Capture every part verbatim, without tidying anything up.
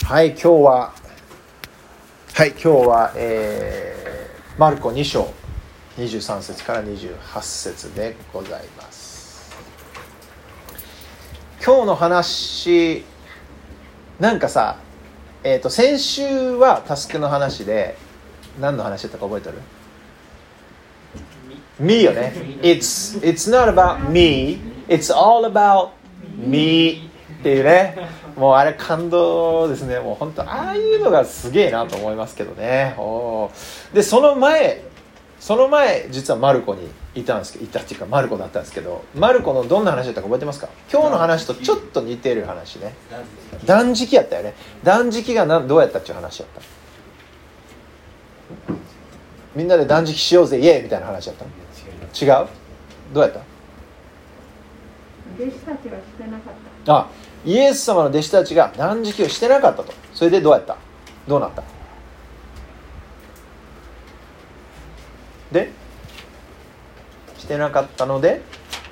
はい、今日ははい今日は、えー、マルコに章にじゅうさん節からにじゅうはち節でございます。今日の話なんかさ、えーと先週はタスクの話で何の話だったか覚えてる？ Me よね。It's, it's not about me, it's all about me っていうね、もうあれ感動ですね。もう本当ああいうのがすげえなと思いますけどね。おでその前その前実はマルコにいたんですけどいたっていうかマルコだったんですけど、マルコのどんな話だったか覚えてますか？今日の話とちょっと似てる話ね。断食やったよね。断食が何どうやったっていう話やった。みんなで断食しようぜイエーイみたいな話やった。違う？どうやった？ 弟子たちはしてなかった。 あ、イエス様の弟子たちが断食をしてなかったと。それでどうやった？どうなった？でしてなかったので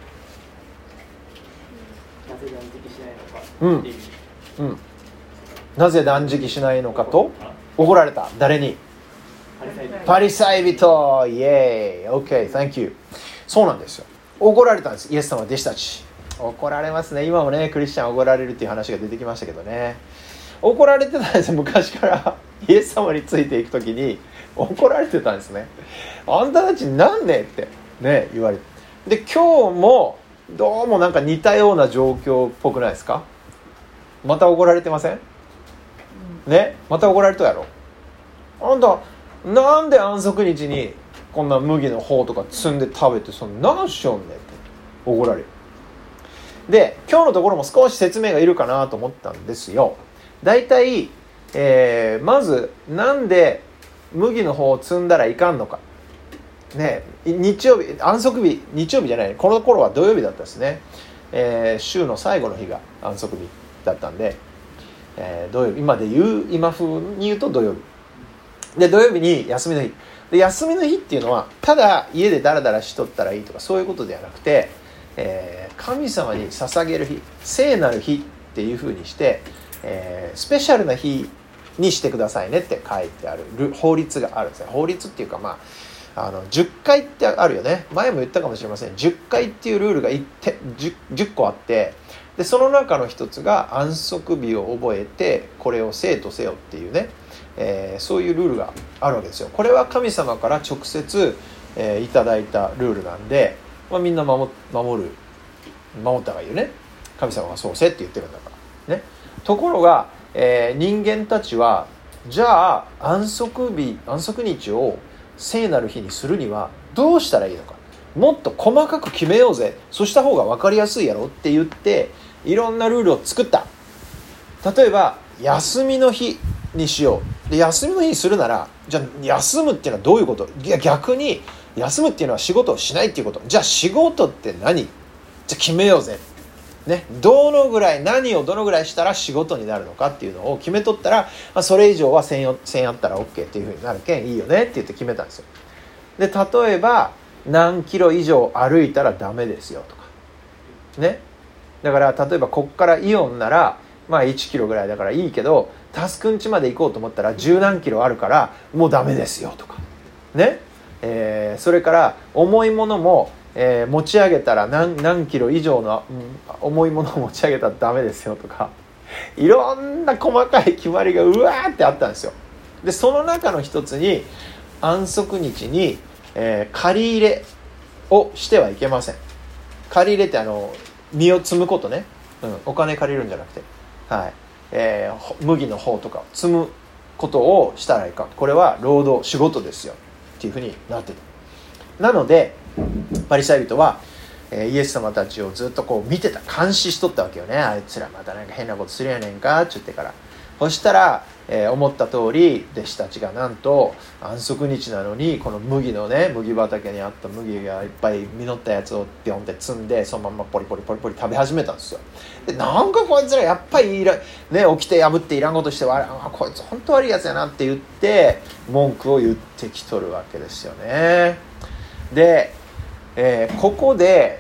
なぜ断食しないのかうんっていう、 うん、なぜ断食しないのかと怒られた。誰に？パリサイ人。イエーイ OK thank you。 そうなんですよ。怒られたんです。イエス様の弟子たち怒られますね。今もねクリスチャン怒られるっていう話が出てきましたけどね、怒られてたんですよ。昔からイエス様についていくときに怒られてたんですね。あんたたちなんねってね言われて、で今日もどうもなんか似たような状況っぽくないですか？また怒られてません？ね、また怒られたやろ。あんたなんで安息日にこんな麦の方とか摘んで食べてその何しよんねんって怒られる。で今日のところも少し説明がいるかなと思ったんですよ。だいたい、えー、まずなんで麦の方を摘んだらいかんのかね、日曜日安息日日曜日じゃない、この頃は土曜日だったですね、えー、週の最後の日が安息日だったんで、えー、土曜日今で言う今風に言うと土曜日で、土曜日に休みの日で、休みの日っていうのはただ家でダラダラしとったらいいとかそういうことではなくて、えー、神様に捧げる日、聖なる日っていう風にして、えー、スペシャルな日にしてくださいねって書いてある法律があるんですね。法律っていうか、まあ、あのじゅっかいってあるよね。前も言ったかもしれません。じゅっかいっていうルールが 10, じゅっこあって、でその中の一つが安息日を覚えてこれを聖とせよっていうね、えー、そういうルールがあるわけですよ。これは神様から直接、えー、いただいたルールなんで、まあ、みんな 守, 守る守った方がいいよね。神様がそうせって言ってるんだからね。ところが、えー、人間たちはじゃあ安息日安息日を聖なる日にするにはどうしたらいいのか、もっと細かく決めようぜ、そした方が分かりやすいやろって言っていろんなルールを作った。例えば休みの日にしよう。で休みの日にするならじゃあ休むっていうのはどういうこと？いや逆に休むっていうのは仕事をしないっていうこと。じゃあ仕事って何？じゃあ決めようぜ、ね、どのぐらい何をどのぐらいしたら仕事になるのかっていうのを決めとったら、まあ、それ以上はせんよせんあったら OK っていう風になるけんいいよねって言って決めたんですよ。で例えば何キロ以上歩いたらダメですよとかね。だから例えばこっからイオンならまあいちキロぐらいだからいいけど、タスクん家まで行こうと思ったら十何キロあるからもうダメですよとかね、えー、それから重いものも、えー、持ち上げたら 何, 何キロ以上の、うん、重いものを持ち上げたらダメですよとか、いろんな細かい決まりがうわーってあったんですよ。でその中の一つに安息日に、えー、借り入れをしてはいけません。借り入れってあの身を積むことね、うん、お金借りるんじゃなくて、はい、えー、麦の方とか積むことをしたらいかん。これは労働仕事ですよっていうふうになってた。なのでパリサイ人は、えー、イエス様たちをずっとこう見てた、監視しとったわけよね。あいつらまたなんか変なことするやねんかって言ってから、そしたら、えー、思った通り弟子たちがなんと安息日なのにこの麦のね麦畑にあった麦がいっぱい実ったやつをピョンって積んでそのままポリポリポリポリ食べ始めたんですよ。でなんかこいつらやっぱりいら、ね、起きて破っていらんことしてあこいつ本当悪いやつやなって言って文句を言ってきとるわけですよね。で、えー、ここで、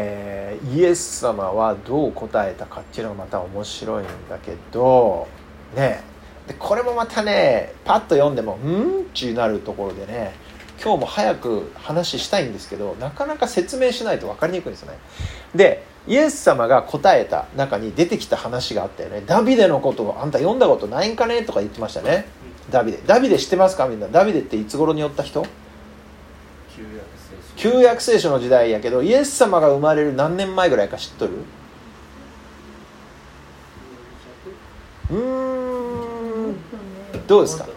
えー、イエス様はどう答えたかっていうのがまた面白いんだけど、 ねでこれもまたねパッと読んでもんってなるところでね、今日も早く話したいんですけどなかなか説明しないと分かりにくいんですよね。でイエス様が答えた中に出てきた話があったよね。ダビデのことをあんた読んだことないんかねとか言ってましたね。ダビデダビデ知ってますかみんな。ダビデっていつ頃におった人？旧約聖書の時代やけど、イエス様が生まれる何年前ぐらいか知っとる？うーんどうですか？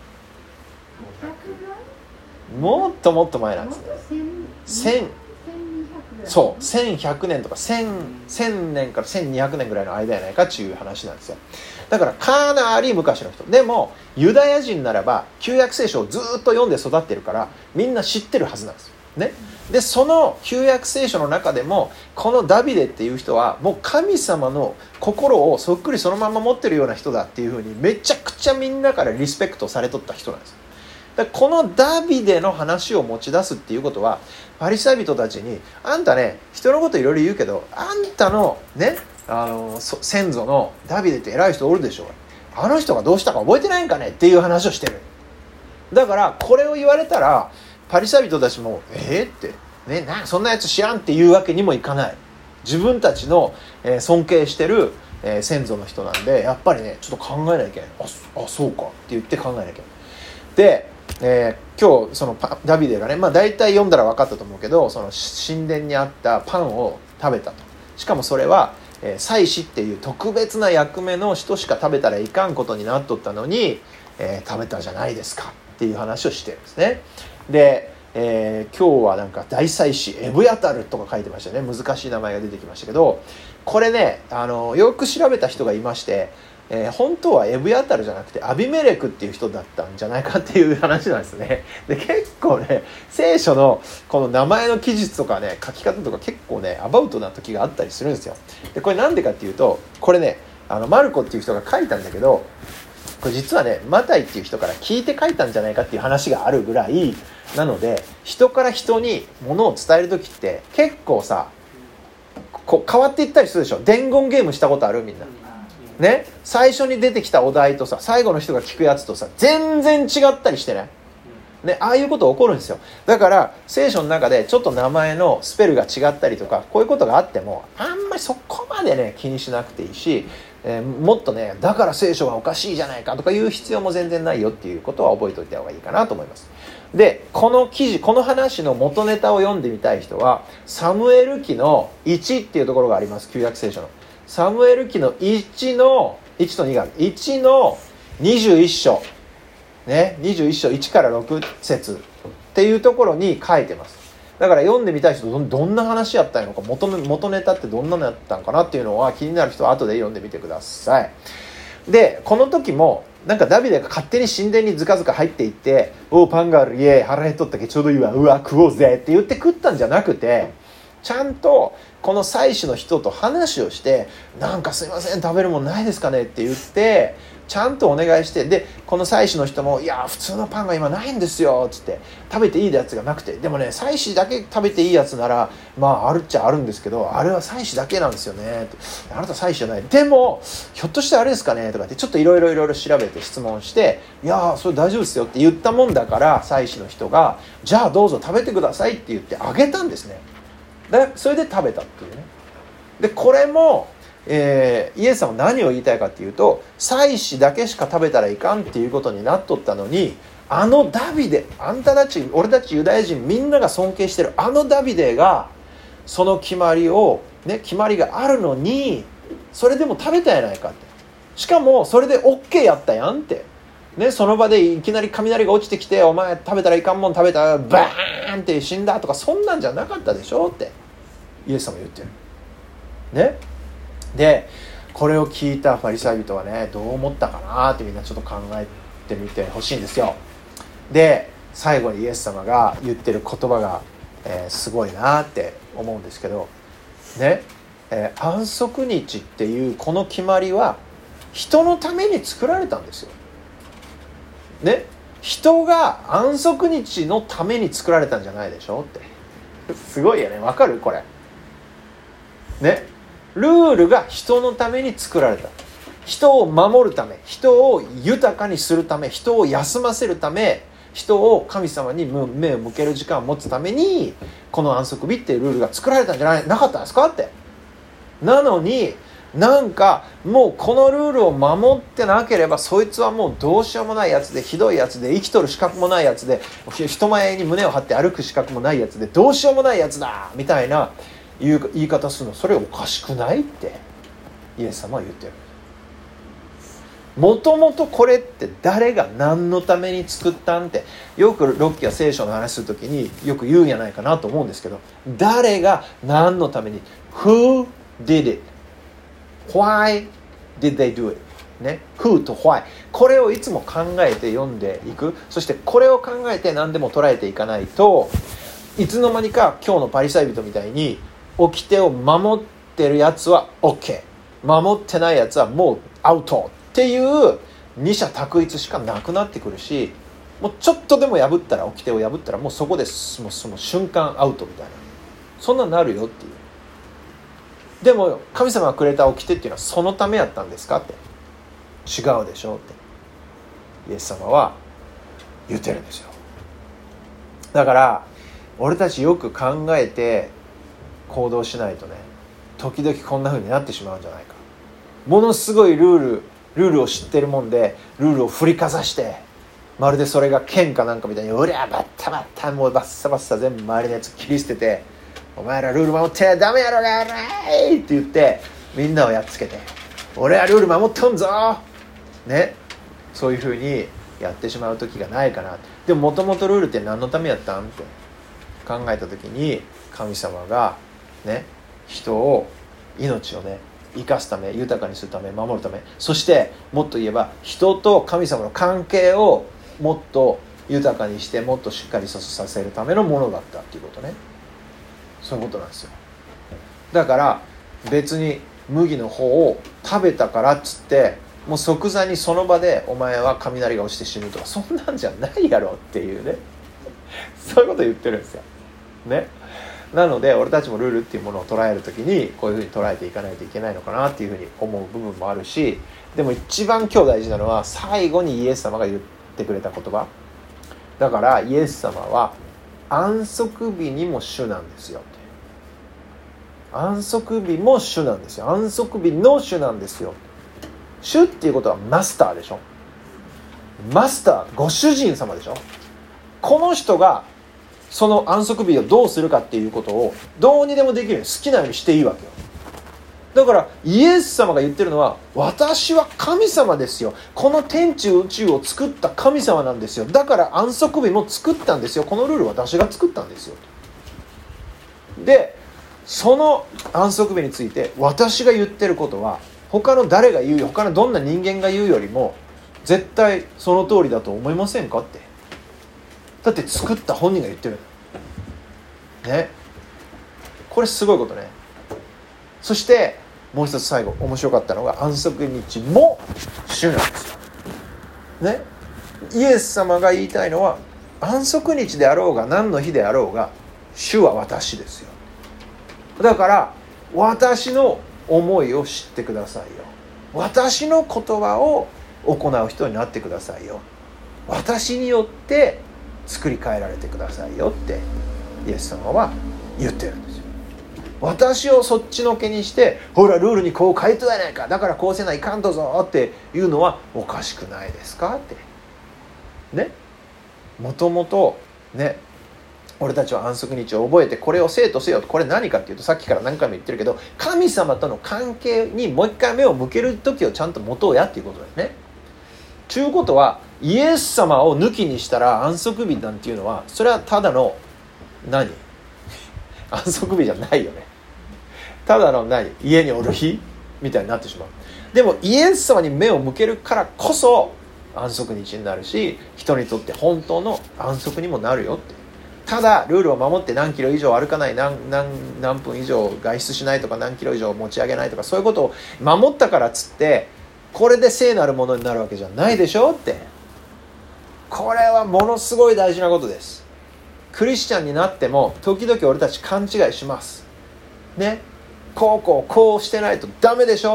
もっともっと前なんですね。千そうせんひゃくねんとかせんねんからせんにひゃくねんぐらいの間やないかっていう話なんですよ。だからかなり昔の人でもユダヤ人ならば旧約聖書をずっと読んで育ってるからみんな知ってるはずなんですよ、ね、でその旧約聖書の中でもこのダビデっていう人はもう神様の心をそっくりそのまま持ってるような人だっていうふうにめちゃくちゃみんなからリスペクトされとった人なんです。だからこのダビデの話を持ち出すっていうことはパリサイ人たちにあんたね人のこといろいろ言うけどあんたのねあの先祖のダビデって偉い人おるでしょ、あの人がどうしたか覚えてないんかねっていう話をしてる。だからこれを言われたらパリサイ人たちもえー、って、ね、なそんなやつ知らんっていうわけにもいかない。自分たちの、えー、尊敬してる、えー、先祖の人なんでやっぱりねちょっと考えなきゃいけない。あ、あそうかって言って考えなきゃいけない。で、えー、今日そのパダビデがね、まあ大体読んだら分かったと思うけど、その神殿にあったパンを食べたと。しかもそれはえー、祭司っていう特別な役目の人しか食べたらいかんことになっとったのに、えー、食べたじゃないですかっていう話をしてるんですね。で、えー、今日はなんか大祭司エブヤタルとか書いてましたね。難しい名前が出てきましたけど、これねあのよく調べた人がいまして、えー、本当はエブヤタルじゃなくてアビメレクっていう人だったんじゃないかっていう話なんですね。で結構ね聖書のこの名前の記述とかね書き方とか結構ねアバウトな時があったりするんですよ。でこれなんでかっていうとこれねあのマルコっていう人が書いたんだけど、これ実はねマタイっていう人から聞いて書いたんじゃないかっていう話があるぐらいなので、人から人に物を伝える時って結構さこう変わっていったりするでしょ。伝言ゲームしたことある？みんなね、最初に出てきたお題とさ最後の人が聞くやつとさ全然違ったりしてね、ね、ああいうこと起こるんですよ。だから聖書の中でちょっと名前のスペルが違ったりとかこういうことがあってもあんまりそこまでね気にしなくていいし、えー、もっとねだから聖書がおかしいじゃないかとかいう必要も全然ないよっていうことは覚えておいた方がいいかなと思います。でこの記事この話の元ネタを読んでみたい人はサムエル記のいちっていうところがあります。旧約聖書のサムエル記のいちのいちとにがあるいちのにじゅういっ章ね、にじゅういっ章いちからろく節っていうところに書いてます。だから読んでみたい人 ど, どんな話やったのか 元, 元ネタってどんなのやったのかなっていうのは気になる人は後で読んでみてください。でこの時もなんかダビデが勝手に神殿にずかずか入っていっておパンがあるイエー腹減っとったけちょうどいいわうわ食おうぜって言って食ったんじゃなくて、ちゃんとこの祭司の人と話をしてなんかすいません食べるもんないですかねって言ってちゃんとお願いして、でこの祭司の人もいや普通のパンが今ないんですよっつって食べていいやつがなくて、でもね祭司だけ食べていいやつならまああるっちゃあるんですけどあれは祭司だけなんですよねって、あなた祭司じゃないでもひょっとしてあれですかねとかってちょっといろいろいろいろ調べて質問していやそれ大丈夫ですよって言ったもんだから祭司の人がじゃあどうぞ食べてくださいって言ってあげたんですね。でそれで食べたっていうね。でこれも、えー、イエス様は何を言いたいかっていうと祭司だけしか食べたらいかんっていうことになっとったのに、あのダビデあんたたち俺たちユダヤ人みんなが尊敬してるあのダビデがその決まりをね決まりがあるのにそれでも食べたやないかって、しかもそれで OK やったやんってね、その場でいきなり雷が落ちてきてお前食べたらいかんもん食べたらバーンって死んだとかそんなんじゃなかったでしょってイエス様言ってるね。でこれを聞いたファリサイ人はねどう思ったかなってみんなちょっと考えてみてほしいんですよ。で最後にイエス様が言ってる言葉が、えー、すごいなって思うんですけどね、えー、安息日っていうこの決まりは人のために作られたんですよね、人が安息日のために作られたんじゃないでしょってすごいよね。わかるこれね。ルールが人のために作られた。 人を守るため、人を豊かにするため、人を休ませるため、人を神様に目を向ける時間を持つためにこの安息日っていうルールが作られたんじゃないなかったんですかって。なのになんかもうこのルールを守ってなければそいつはもうどうしようもないやつで、ひどいやつで、生きとる資格もないやつで、人前に胸を張って歩く資格もないやつで、どうしようもないやつだみたいな言い方するの、それおかしくないってイエス様は言ってる。もともとこれって誰が何のために作ったんって、よくロッキーは聖書の話するときによく言うんじゃないかなと思うんですけど、誰が何のために Who did it? Why did they do it? ね、Who と Why、 これをいつも考えて読んでいく。そしてこれを考えて何でも捉えていかないと、いつの間にか今日のパリサイ人みたいに掟を守ってるやつは OK、 守ってないやつはもうアウトっていう二者択一しかなくなってくるし、もうちょっとでも破ったら、掟を破ったらもうそこでもうその瞬間アウトみたいな、そんなになるよっていう。でも神様がくれた掟っていうのはそのためやったんですかって、違うでしょってイエス様は言ってるんですよ。だから俺たちよく考えて行動しないとね、時々こんな風になってしまうんじゃないか。ものすごいルールルールを知ってるもんでルールを振りかざして、まるでそれが剣かなんかみたいにうりゃバッタバッタもうバッサバッサ全部周りのやつ切り捨てて、お前らルール守ってダメやろがーいって言ってみんなをやっつけて、俺はルール守っとんぞね、そういう風にやってしまう時がないかな。でももともとルールって何のためやったんって考えた時に、神様がね、人を命をね生かすため、豊かにするため、守るため、そしてもっと言えば人と神様の関係をもっと豊かにしてもっとしっかりさせるためのものだったっていうことね。そういうことなんですよ。だから別に麦の方を食べたからっつってもう即座にその場でお前は雷が落ちて死ぬとか、そんなんじゃないやろっていうね、そういうこと言ってるんですよね。なので俺たちもルールっていうものを捉えるときにこういうふうに捉えていかないといけないのかなっていうふうに思う部分もあるし、でも一番今日大事なのは最後にイエス様が言ってくれた言葉だから、イエス様は安息日にも主なんですよ。安息日も主なんですよ。安息日の主なんですよ。主っていうことはマスターでしょ。マスター、ご主人様でしょ。この人がその安息日をどうするかっていうことをどうにでもできるように好きなようにしていいわけよ。だからイエス様が言ってるのは、私は神様ですよ、この天地宇宙を作った神様なんですよ、だから安息日も作ったんですよ、このルールは私が作ったんですよ。でその安息日について私が言ってることは他の誰が言うよ、他のどんな人間が言うよりも絶対その通りだと思いませんかって。だって作った本人が言ってるね。これすごいことね。そしてもう一つ最後面白かったのが、安息日も主なんですよね。イエス様が言いたいのは、安息日であろうが何の日であろうが主は私ですよ。だから私の思いを知ってくださいよ、私の言葉を行う人になってくださいよ、私によって作り変えられてくださいよってイエス様は言ってるんですよ。私をそっちのけにして、ほらルールにこう書いてはないか、だからこうせないかんとぞっていうのはおかしくないですかってね。もともとね、俺たちは安息日を覚えてこれを生とせよ。これ何かっていうと、さっきから何回も言ってるけど、神様との関係にもう一回目を向ける時をちゃんと持とうやっていうことですね。ということはイエス様を抜きにしたら安息日なんていうのは、それはただの何安息日じゃないよね。ただの何家におる日みたいになってしまう。でもイエス様に目を向けるからこそ安息日になるし、人にとって本当の安息にもなるよって。ただルールを守って何キロ以上歩かない、 何, 何, 何分以上外出しないとか、何キロ以上持ち上げないとか、そういうことを守ったからっつってこれで聖なるものになるわけじゃないでしょって。これはものすごい大事なことです。クリスチャンになっても時々俺たち勘違いしますね。こうこうこうしてないとダメでしょ。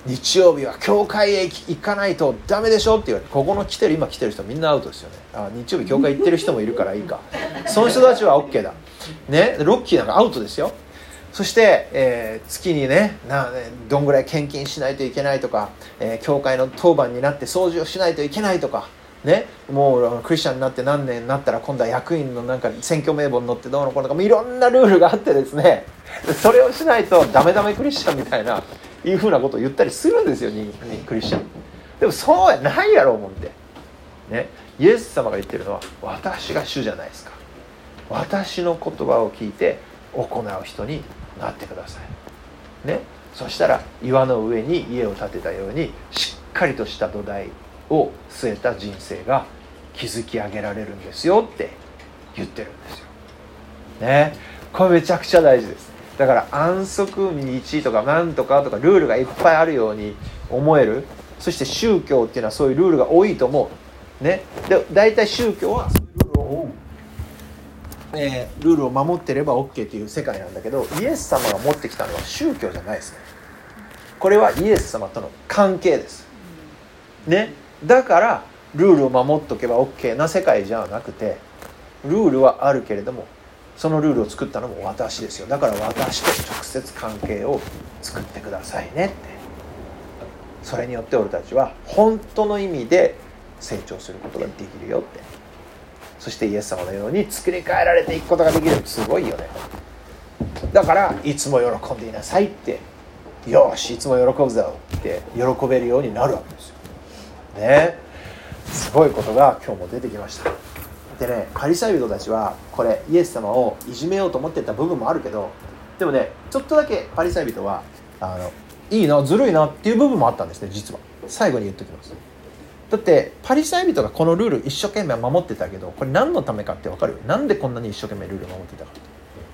日曜日は教会へ行かないとダメでしょって言われて、ここの来てる今来てる人みんなアウトですよね。あ、日曜日教会行ってる人もいるからいいかその人たちは OK だね。ロッキーなんかアウトですよ。そして、えー、月にねなどんぐらい献金しないといけないとか、えー、教会の当番になって掃除をしないといけないとかね、もうクリスチャンになって何年になったら今度は役員のなんか選挙名簿に載ってどうのこうのとか、もういろんなルールがあってですね、それをしないとダメダメクリスチャンみたいないうふうなことを言ったりするんですよ、にクリスチャン。でもそうやないやろう思ってね。イエス様が言ってるのは私が主じゃないですか。私の言葉を聞いて行う人になってくださいね。そしたら岩の上に家を建てたようにしっかりとした土台を据えた人生が築き上げられるんですよって言ってるんですよね。これめちゃくちゃ大事です。だから安息日とかなんとかとかルールがいっぱいあるように思える。そして宗教っていうのはそういうルールが多いと思うね。で大体宗教はそういうルールを、えー、ルールを守ってれば OK っていう世界なんだけど、イエス様が持ってきたのは宗教じゃないですね。これはイエス様との関係ですね。だからルールを守っとけば OK な世界じゃなくて、ルールはあるけれどもそのルールを作ったのも私ですよ。だから私と直接関係を作ってくださいねって。それによって俺たちは本当の意味で成長することができるよって。そしてイエス様のように作り変えられていくことができる。すごいよね。だからいつも喜んでいなさいって、よしいつも喜ぶぞって喜べるようになるわけですよね。すごいことが今日も出てきました。でね、パリサイ人たちはこれイエス様をいじめようと思ってた部分もあるけど、でもねちょっとだけパリサイ人はあのいいなずるいなっていう部分もあったんですね。実は最後に言っときます。だってパリサイ人がこのルール一生懸命守ってたけど、これ何のためかって分かる？なんでこんなに一生懸命ルールを守っていたかって。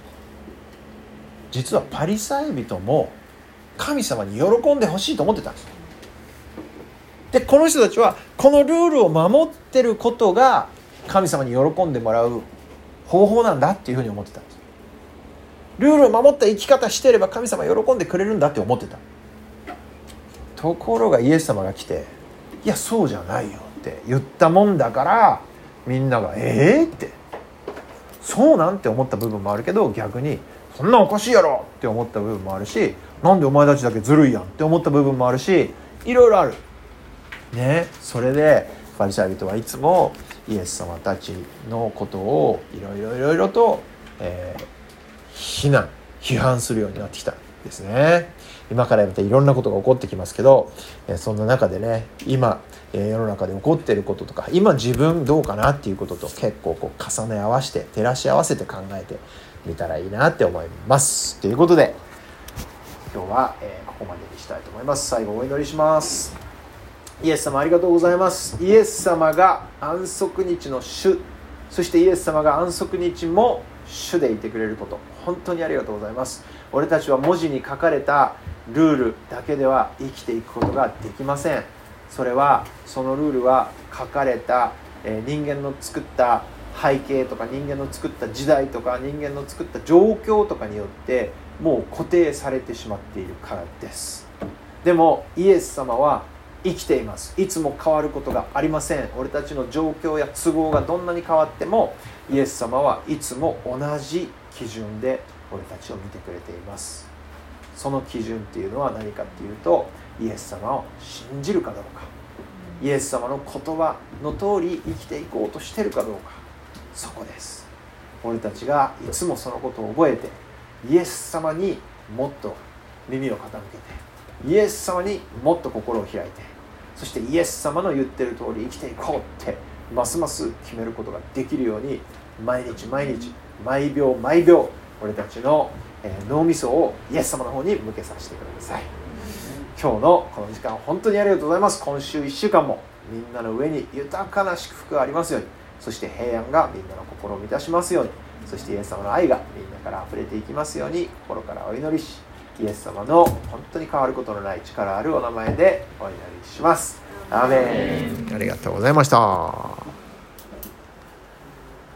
実はパリサイ人も神様に喜んでほしいと思ってたんです。でこの人たちはこのルールを守ってることが神様に喜んでもらう方法なんだっていうふうに思ってたんです。ルールを守った生き方してれば神様喜んでくれるんだって思ってた。ところがイエス様が来て、いやそうじゃないよって言ったもんだから、みんながえーってそうなんて思った部分もあるけど、逆にそんなおかしいやろって思った部分もあるし、なんでお前たちだけずるいやんって思った部分もあるし、いろいろあるね。それでパリサイ人はいつもイエス様たちのことをいろいろいろいろと、えー、非難批判するようになってきたんですね。今からまたいろんなことが起こってきますけど、えー、そんな中でね今、えー、世の中で起こっていることとか、今自分どうかなっていうことと結構こう重ね合わせて照らし合わせて考えてみたらいいなって思います。ということで今日は、えー、ここまでにしたいと思います。最後お祈りします。イエス様ありがとうございます。イエス様が安息日の主、そしてイエス様が安息日も主でいてくれること、本当にありがとうございます。俺たちは文字に書かれたルールだけでは生きていくことができません。それはそのルールは書かれた、えー、人間の作った背景とか人間の作った時代とか人間の作った状況とかによってもう固定されてしまっているからです。でもイエス様は生きています。いつも変わることがありません。俺たちの状況や都合がどんなに変わってもイエス様はいつも同じ基準で俺たちを見てくれています。その基準っていうのは何かっていうと、イエス様を信じるかどうか、イエス様の言葉の通り生きていこうとしているかどうか、そこです。俺たちがいつもそのことを覚えて、イエス様にもっと耳を傾けて、イエス様にもっと心を開いて、そしてイエス様の言ってる通り生きていこうってますます決めることができるように、毎日毎日毎秒毎秒俺たちの脳みそをイエス様の方に向けさせてください。今日のこの時間本当にありがとうございます。今週いっしゅうかんもみんなの上に豊かな祝福がありますように、そして平安がみんなの心を満たしますように、そしてイエス様の愛がみんなから溢れていきますように心からお祈りし、イエス様の本当に変わることのない力あるお名前でお祈りします。アーメン。ありがとうございました。